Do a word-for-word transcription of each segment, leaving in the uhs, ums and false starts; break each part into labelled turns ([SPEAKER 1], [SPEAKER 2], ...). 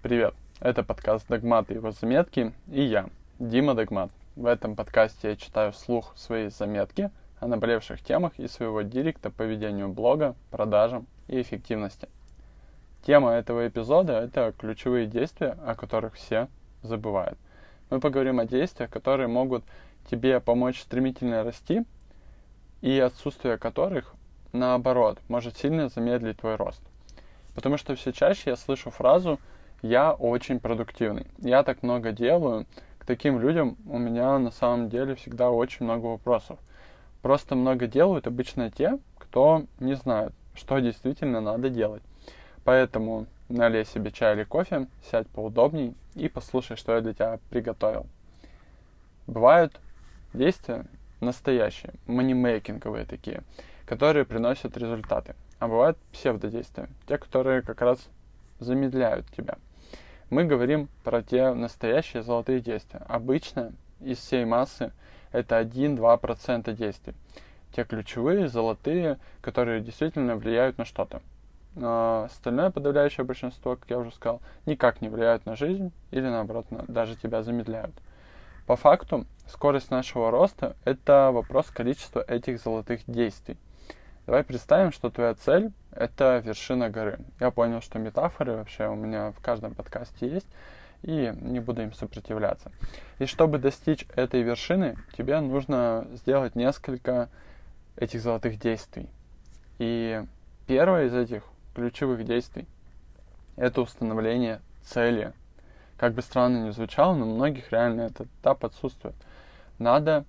[SPEAKER 1] Привет, это подкаст «Догмат и его заметки» и я, Дима Догмат. В этом подкасте я читаю вслух свои заметки о наболевших темах из своего директа по ведению блога, продажам и эффективности. Тема этого эпизода – это ключевые действия, о которых все забывают. Мы поговорим о действиях, которые могут тебе помочь стремительно расти, и отсутствие которых, наоборот, может сильно замедлить твой рост. Потому что все чаще я слышу фразу «я очень продуктивный». Я так много делаю. К таким людям у меня на самом деле всегда очень много вопросов. Просто много делают обычно те, кто не знает, что действительно надо делать. Поэтому налей себе чай или кофе, сядь поудобней и послушай, что я для тебя приготовил. Бывают действия настоящие, манимейкинговые такие, которые приносят результаты. А бывают псевдодействия, те, которые как раз замедляют тебя. Мы говорим про те настоящие золотые действия. Обычно из всей массы это один-два процента действий. Те ключевые, золотые, которые действительно влияют на что-то. А остальное подавляющее большинство, как я уже сказал, никак не влияют на жизнь или наоборот на, даже тебя замедляют. По факту, скорость нашего роста – это вопрос количества этих золотых действий. Давай представим, что твоя цель – это вершина горы. Я понял, что метафоры вообще у меня в каждом подкасте есть, и не буду им сопротивляться. И чтобы достичь этой вершины, тебе нужно сделать несколько этих золотых действий. И первое из этих ключевых действий – это установление цели. Как бы странно ни звучало, но у многих реально этот этап отсутствует. Надо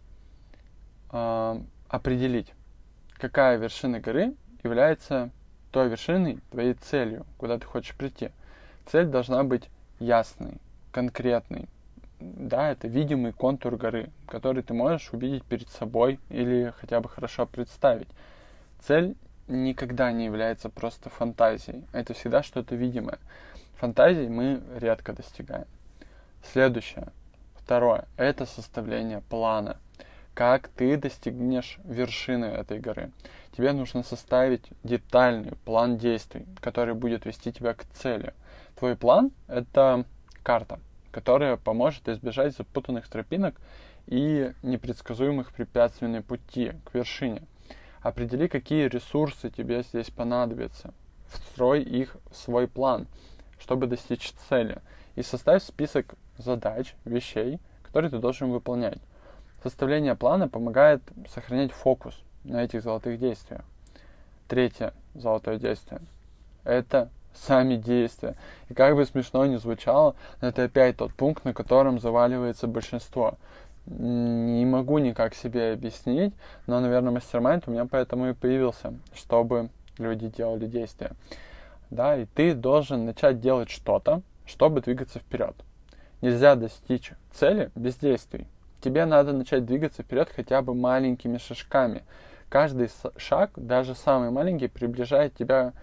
[SPEAKER 1] э, определить, какая вершина горы является той вершиной, твоей целью, куда ты хочешь прийти. Цель должна быть ясной, конкретной. Да, это видимый контур горы, который ты можешь увидеть перед собой или хотя бы хорошо представить. Цель никогда не является просто фантазией. Это всегда что-то видимое. Фантазий мы редко достигаем. Следующее, второе, это составление плана. Как ты достигнешь вершины этой горы. Тебе нужно составить детальный план действий, который будет вести тебя к цели. Твой план – это карта, которая поможет избежать запутанных тропинок и непредсказуемых препятствий на пути к вершине. Определи, какие ресурсы тебе здесь понадобятся. Встрой их в свой план, чтобы достичь цели. И составь список задач, вещей, которые ты должен выполнять. Составление плана помогает сохранять фокус на этих золотых действиях. Третье золотое действие – это сами действия. И как бы смешно ни звучало, это опять тот пункт, на котором заваливается большинство. Не могу никак себе объяснить, но, наверное, мастер-майнд у меня поэтому и появился, чтобы люди делали действия. Да, и ты должен начать делать что-то, чтобы двигаться вперед. Нельзя достичь цели без действий. Тебе надо начать двигаться вперед хотя бы маленькими шажками. Каждый шаг, даже самый маленький, приближает тебя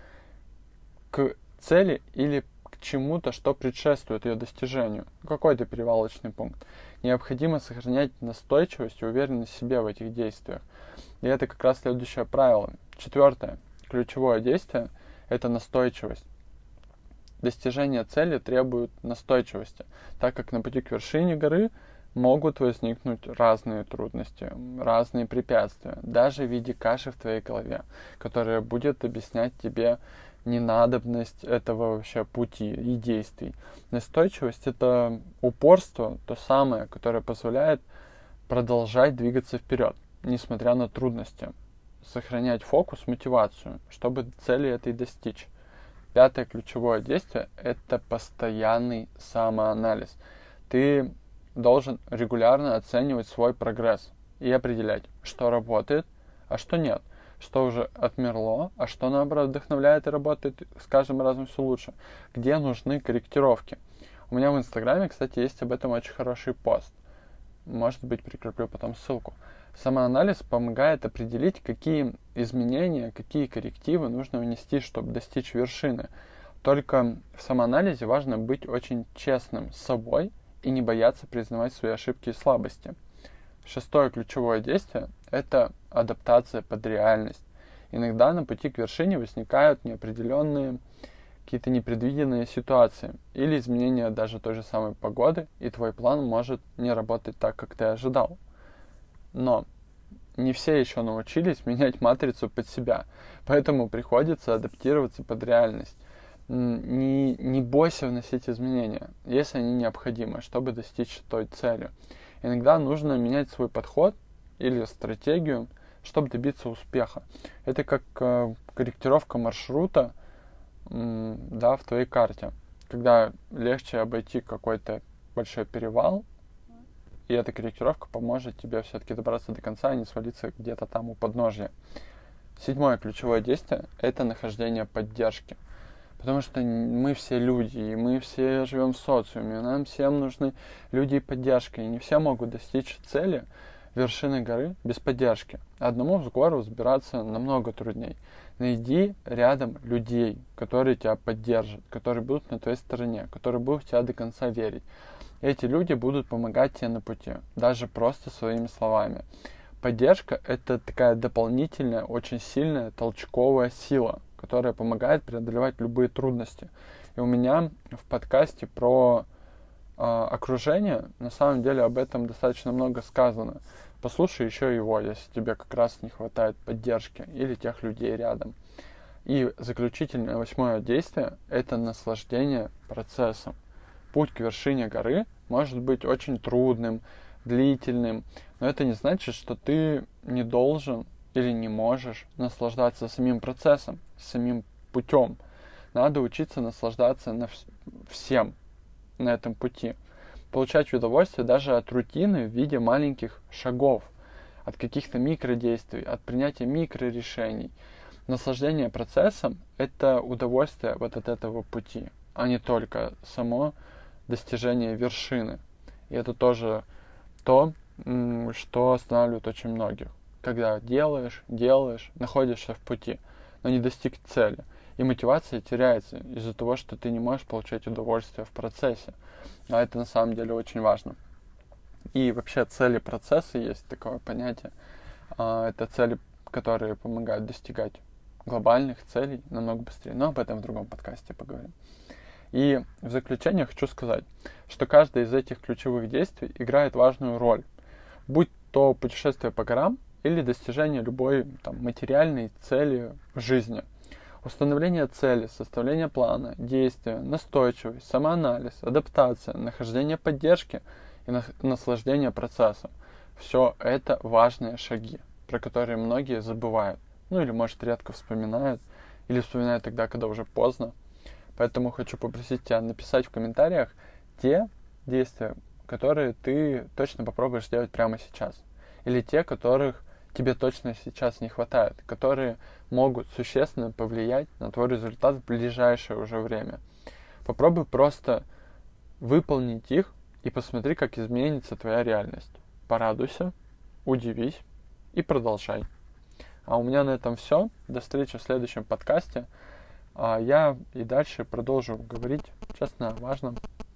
[SPEAKER 1] к цели или к чему-то, что предшествует ее достижению. Какой-то перевалочный пункт. Необходимо сохранять настойчивость и уверенность в себе в этих действиях. И это как раз следующее правило. Четвертое. Ключевое действие – это настойчивость. Достижение цели требует настойчивости, так как на пути к вершине горы могут возникнуть разные трудности, разные препятствия, даже в виде каши в твоей голове, которая будет объяснять тебе ненадобность этого вообще пути и действий. Настойчивость – это упорство, то самое, которое позволяет продолжать двигаться вперед, несмотря на трудности, сохранять фокус, мотивацию, чтобы цели этой достичь. Пятое ключевое действие – это постоянный самоанализ. Ты должен регулярно оценивать свой прогресс и определять, что работает, а что нет, что уже отмерло, а что, наоборот, вдохновляет и работает с каждым разом все лучше, где нужны корректировки. У меня в Инстаграме, кстати, есть об этом очень хороший пост. Может быть, прикреплю потом ссылку. Самоанализ помогает определить, какие изменения, какие коррективы нужно внести, чтобы достичь вершины. Только в самоанализе важно быть очень честным с собой и не бояться признавать свои ошибки и слабости. Шестое ключевое действие – это адаптация под реальность. Иногда на пути к вершине возникают неопределенные какие-то непредвиденные ситуации или изменения даже той же самой погоды, и твой план может не работать так, как ты ожидал. Но не все еще научились менять матрицу под себя, поэтому приходится адаптироваться под реальность. Не, не бойся вносить изменения, если они необходимы, чтобы достичь той цели. Иногда нужно менять свой подход или стратегию, чтобы добиться успеха. Это как э, корректировка маршрута м, да, в твоей карте. Когда легче обойти какой-то большой перевал, и эта корректировка поможет тебе все-таки добраться до конца, а не свалиться где-то там у подножья. Седьмое ключевое действие – это нахождение поддержки. Потому что мы все люди, и мы все живем в социуме, нам всем нужны люди и поддержка, и не все могут достичь цели вершины горы без поддержки. Одному в гору взбираться намного трудней. Найди рядом людей, которые тебя поддержат, которые будут на твоей стороне, которые будут в тебя до конца верить. Эти люди будут помогать тебе на пути, даже просто своими словами. Поддержка – это такая дополнительная, очень сильная толчковая сила, которая помогает преодолевать любые трудности. И у меня в подкасте про э, окружение, на самом деле об этом достаточно много сказано. Послушай еще его, если тебе как раз не хватает поддержки или тех людей рядом. И заключительное восьмое действие – это наслаждение процессом. Путь к вершине горы может быть очень трудным, длительным, но это не значит, что ты не должен или не можешь наслаждаться самим процессом, самим путем. Надо учиться наслаждаться на вс- всем на этом пути. Получать удовольствие даже от рутины в виде маленьких шагов, от каких-то микродействий, от принятия микрорешений. Наслаждение процессом – это удовольствие вот от этого пути, а не только само достижение вершины. И это тоже то, что останавливает очень многих. Когда делаешь, делаешь, находишься в пути, но не достиг цели. И мотивация теряется из-за того, что ты не можешь получать удовольствие в процессе. А это на самом деле очень важно. И вообще цели процесса есть такое понятие. Это цели, которые помогают достигать глобальных целей намного быстрее. Но об этом в другом подкасте поговорим. И в заключение хочу сказать, что каждое из этих ключевых действий играет важную роль. Будь то путешествие по горам или достижение любой там, материальной цели в жизни. Установление цели, составление плана, действия, настойчивость, самоанализ, адаптация, нахождение поддержки и на- наслаждение процессом. Все это важные шаги, про которые многие забывают. Ну или, может, редко вспоминают, или вспоминают тогда, когда уже поздно. Поэтому хочу попросить тебя написать в комментариях те действия, которые ты точно попробуешь сделать прямо сейчас. Или те, которых тебе точно сейчас не хватает, которые могут существенно повлиять на твой результат в ближайшее уже время. Попробуй просто выполнить их и посмотри, как изменится твоя реальность. Порадуйся, удивись и продолжай. А у меня на этом все. До встречи в следующем подкасте. А я и дальше продолжу говорить честно о важном